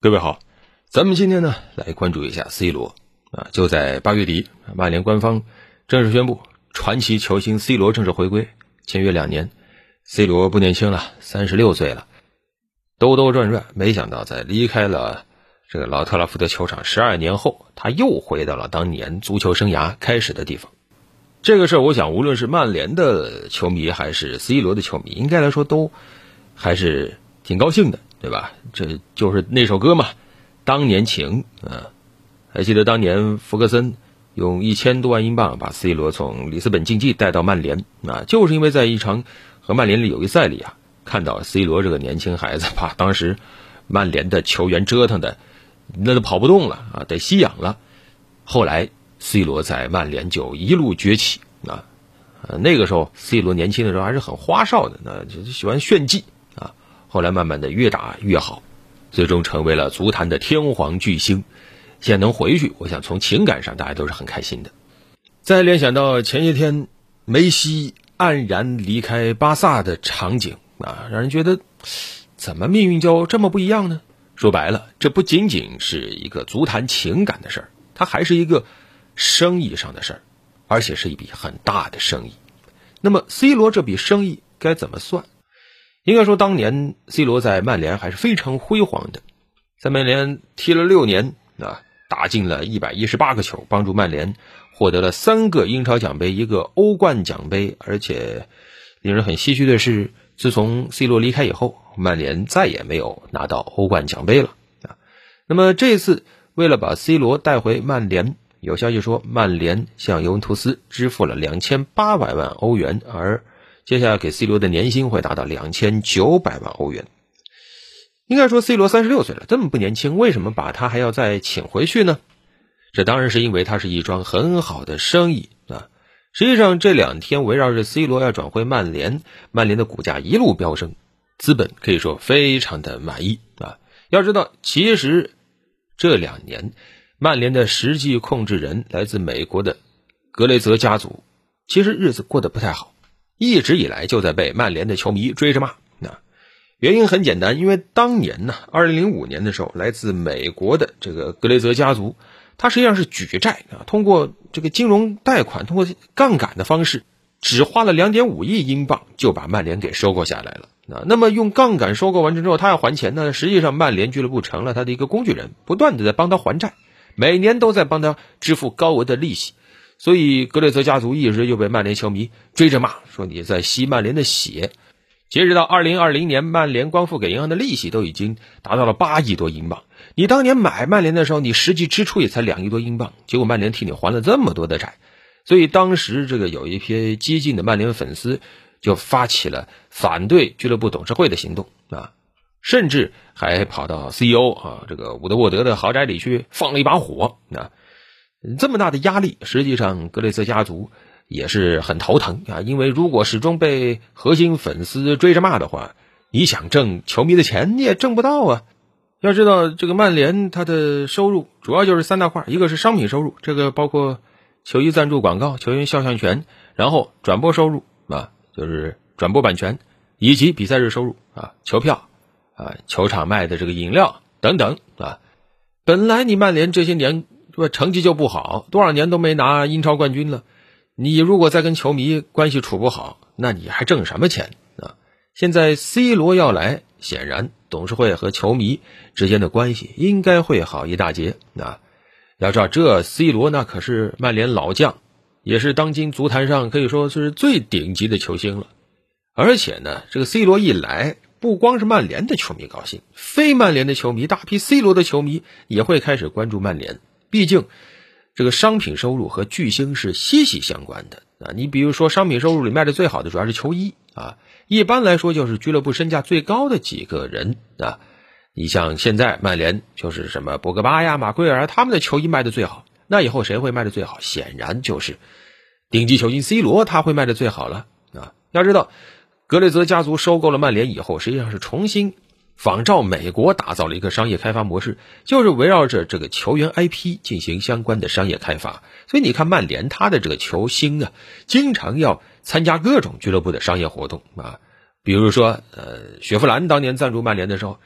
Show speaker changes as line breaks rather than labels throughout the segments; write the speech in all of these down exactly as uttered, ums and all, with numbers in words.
各位好，咱们今天呢来关注一下 C 罗啊，就在八月底，曼联官方正式宣布传奇球星 C 罗正式回归，签约两年。C 罗不年轻了，三十六岁了，兜兜转转，没想到在离开了这个老特拉福德球场十二年后，他又回到了当年足球生涯开始的地方。这个事儿，我想无论是曼联的球迷还是 C 罗的球迷，应该来说都还是挺高兴的，对吧？这就是那首歌嘛，当年情啊。还记得当年福格森用一千多万英镑把 C 罗从里斯本竞技带到曼联啊，就是因为在一场和曼联的友谊赛里啊，看到 C 罗这个年轻孩子把当时曼联的球员折腾的那都跑不动了啊，得吸氧了。后来 C 罗在曼联就一路崛起啊，呃那个时候 C 罗年轻的时候还是很花哨的，那就喜欢炫技啊。后来慢慢的越打越好，最终成为了足坛的天皇巨星。现在能回去，我想从情感上大家都是很开心的。再联想到前些天梅西黯然离开巴萨的场景啊，让人觉得怎么命运就这么不一样呢？说白了，这不仅仅是一个足坛情感的事儿，它还是一个生意上的事儿，而且是一笔很大的生意。那么 C 罗这笔生意该怎么算？应该说当年 C 罗在曼联还是非常辉煌的，在曼联踢了六年啊，打进了一百一十八个球，帮助曼联获得了三个英超奖杯，一个欧冠奖杯，而且令人很唏嘘的是，自从 C 罗离开以后，曼联再也没有拿到欧冠奖杯了啊。那么这次为了把 C 罗带回曼联，有消息说曼联向尤文图斯支付了两千八百万欧元，而接下来给 C 罗的年薪会达到两千九百万欧元。应该说 C 罗三十六岁了，这么不年轻，为什么把他还要再请回去呢？这当然是因为他是一桩很好的生意啊。实际上这两天围绕着 C 罗要转回曼联，曼联的股价一路飙升，资本可以说非常的满意啊。要知道其实这两年曼联的实际控制人来自美国的格雷泽家族，其实日子过得不太好，一直以来就在被曼联的球迷追着骂。原因很简单，因为当年呢二零零五年的时候，来自美国的这个格雷泽家族，他实际上是举债啊，通过这个金融贷款，通过杠杆的方式，只花了 两点五亿英镑就把曼联给收购下来了啊。那么用杠杆收购完成之后，他要还钱呢，实际上曼联俱乐部成了他的一个工具人，不断的在帮他还债，每年都在帮他支付高额的利息。所以格雷泽家族一直就被曼联球迷追着骂，说你在吸曼联的血。截止到二零二零年，曼联光付给银行的利息都已经达到了八亿多英镑。你当年买曼联的时候，你实际支出也才两亿多英镑，结果曼联替你还了这么多的债。所以当时这个有一批激进的曼联粉丝就发起了反对俱乐部董事会的行动啊，甚至还跑到 C E O 啊这个伍德沃德的豪宅里去放了一把火啊。这么大的压力，实际上格雷泽家族也是很头疼啊，因为如果始终被核心粉丝追着骂的话，你想挣球迷的钱你也挣不到啊。要知道这个曼联它的收入主要就是三大块，一个是商品收入，这个包括球衣赞助广告、球员肖像权，然后转播收入啊，就是转播版权，以及比赛日收入啊，球票啊，球场卖的这个饮料等等啊。本来你曼联这些年成绩就不好，多少年都没拿英超冠军了，你如果再跟球迷关系处不好，那你还挣什么钱啊？现在 C 罗要来，显然董事会和球迷之间的关系应该会好一大截啊！要知道这 C 罗那可是曼联老将，也是当今足坛上可以说是最顶级的球星了。而且呢，这个 C 罗一来，不光是曼联的球迷高兴，非曼联的球迷，大批 C 罗的球迷也会开始关注曼联。毕竟这个商品收入和巨星是息息相关的啊！你比如说商品收入里卖的最好的主要是球衣啊，一般来说就是俱乐部身价最高的几个人啊。你像现在曼联就是什么博格巴呀、马奎尔啊，他们的球衣卖的最好，那以后谁会卖的最好？显然就是顶级球星 C 罗，他会卖的最好了啊！要知道格雷泽家族收购了曼联以后，实际上是重新仿照美国打造了一个商业开发模式，就是围绕着这个球员 I P 进行相关的商业开发。所以你看曼联他的这个球星啊，经常要参加各种俱乐部的商业活动啊，比如说呃，雪佛兰当年赞助曼联的时候，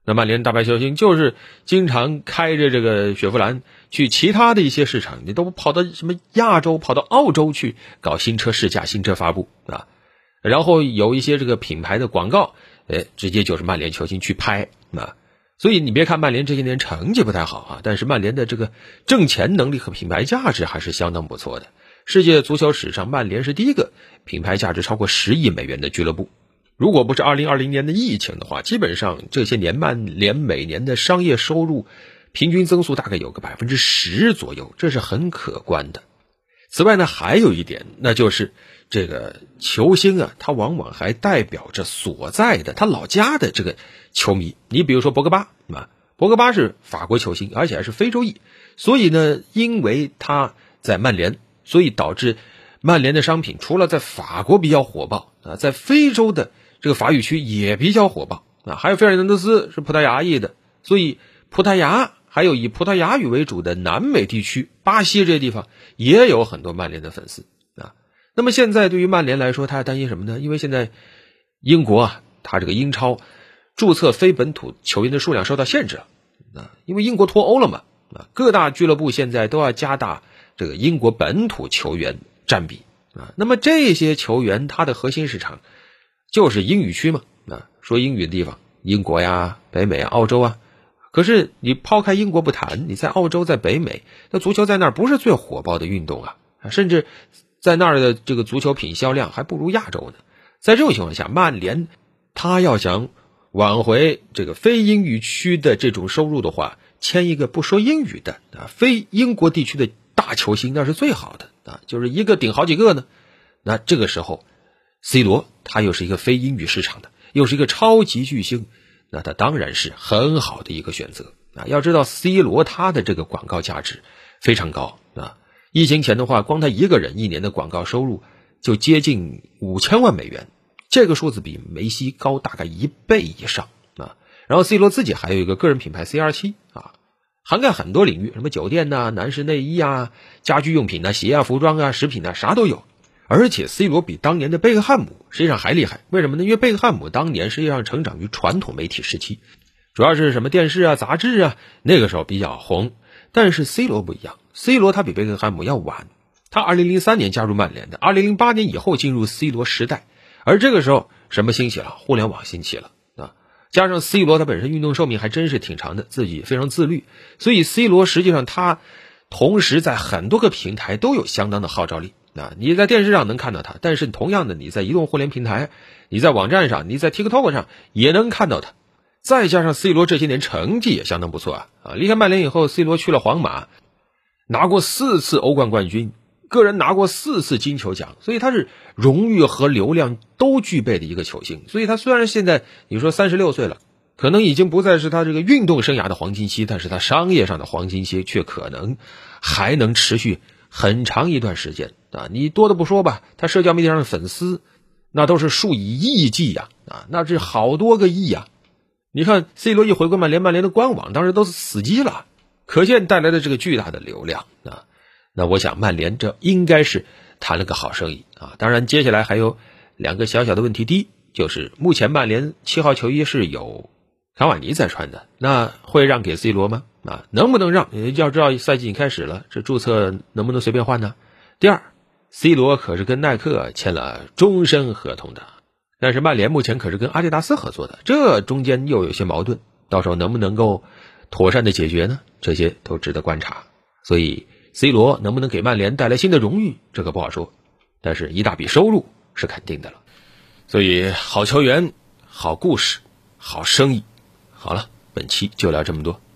那曼联大牌球星就是经常开着这个雪佛兰去其他的一些市场，你都跑到什么亚洲，跑到澳洲去搞新车试驾、新车发布啊。然后有一些这个品牌的广告，哎，直接就是曼联球星去拍啊。所以你别看曼联这些年成绩不太好啊，但是曼联的这个挣钱能力和品牌价值还是相当不错的。世界足球史上，曼联是第一个品牌价值超过十亿美元的俱乐部。如果不是二零二零年的疫情的话，基本上这些年曼联每年的商业收入平均增速大概有个百分之十左右，这是很可观的。此外呢，还有一点，那就是这个球星啊，他往往还代表着所在的他老家的这个球迷。你比如说博格巴啊，博格巴是法国球星，而且还是非洲裔，所以呢，因为他在曼联，所以导致曼联的商品除了在法国比较火爆啊，在非洲的这个法语区也比较火爆啊。还有费尔南德斯是葡萄牙裔的，所以葡萄牙还有以葡萄牙语为主的南美地区，巴西这些地方也有很多曼联的粉丝啊。那么现在对于曼联来说，他担心什么呢？因为现在英国啊，他这个英超注册非本土球员的数量受到限制了啊，因为英国脱欧了嘛啊，各大俱乐部现在都要加大这个英国本土球员占比啊。那么这些球员他的核心市场就是英语区嘛啊，说英语的地方，英国呀、北美啊、澳洲啊。可是你抛开英国不谈，你在澳洲、在北美，那足球在那儿不是最火爆的运动啊，甚至在那儿的这个足球品销量还不如亚洲呢。在这种情况下，曼联他要想挽回这个非英语区的这种收入的话，签一个不说英语的啊非英国地区的大球星，那是最好的啊，就是一个顶好几个呢。那这个时候 C 罗他又是一个非英语市场的，又是一个超级巨星，那他当然是很好的一个选择啊！要知道 C 罗他的这个广告价值非常高啊！疫情前的话，光他一个人一年的广告收入就接近五千万美元，这个数字比梅西高大概一倍以上啊！然后 C 罗自己还有一个个人品牌 C 二十七 啊，涵盖很多领域，什么酒店呐、男士内衣啊、家居用品啊、鞋啊、服装啊、食品啊，啥都有。而且 C 罗比当年的贝克汉姆实际上还厉害，为什么呢？因为贝克汉姆当年实际上成长于传统媒体时期，主要是什么电视啊、杂志啊，那个时候比较红。但是 C 罗不一样 ，C 罗他比贝克汉姆要晚，他二零零三年加入曼联的，二零零八年以后进入 C 罗时代。而这个时候什么兴起了？互联网兴起了啊！加上 C 罗他本身运动寿命还真是挺长的，自己非常自律，所以 C 罗实际上他同时在很多个平台都有相当的号召力。啊，你在电视上能看到他，但是同样的你在移动互联平台，你在网站上，你在 TikTok 上也能看到他。再加上 C 罗这些年成绩也相当不错啊！啊，离开曼联以后 ，C 罗去了皇马，拿过四次欧冠冠军，个人拿过四次金球奖，所以他是荣誉和流量都具备的一个球星。所以他虽然现在你说三十六岁了，可能已经不再是他这个运动生涯的黄金期，但是他商业上的黄金期却可能还能持续很长一段时间啊！你多的不说吧，他社交媒体上的粉丝那都是数以亿计呀啊，那是好多个亿呀！你看 C 罗一回归曼联，曼联的官网当时都是死机了，可见带来的这个巨大的流量啊！那我想曼联这应该是谈了个好生意啊！当然接下来还有两个小小的问题，第一就是目前曼联七号球衣是有卡瓦尼在穿的，那会让给 C 罗吗？啊，能不能让？要知道赛季已经开始了，这注册能不能随便换呢？第二 ，C 罗可是跟耐克签了终身合同的，但是曼联目前可是跟阿迪达斯合作的，这中间又有些矛盾，到时候能不能够妥善的解决呢？这些都值得观察。所以 C 罗能不能给曼联带来新的荣誉，这个不好说，但是一大笔收入是肯定的了。所以好球员、好故事、好生意。好了，本期就聊这么多。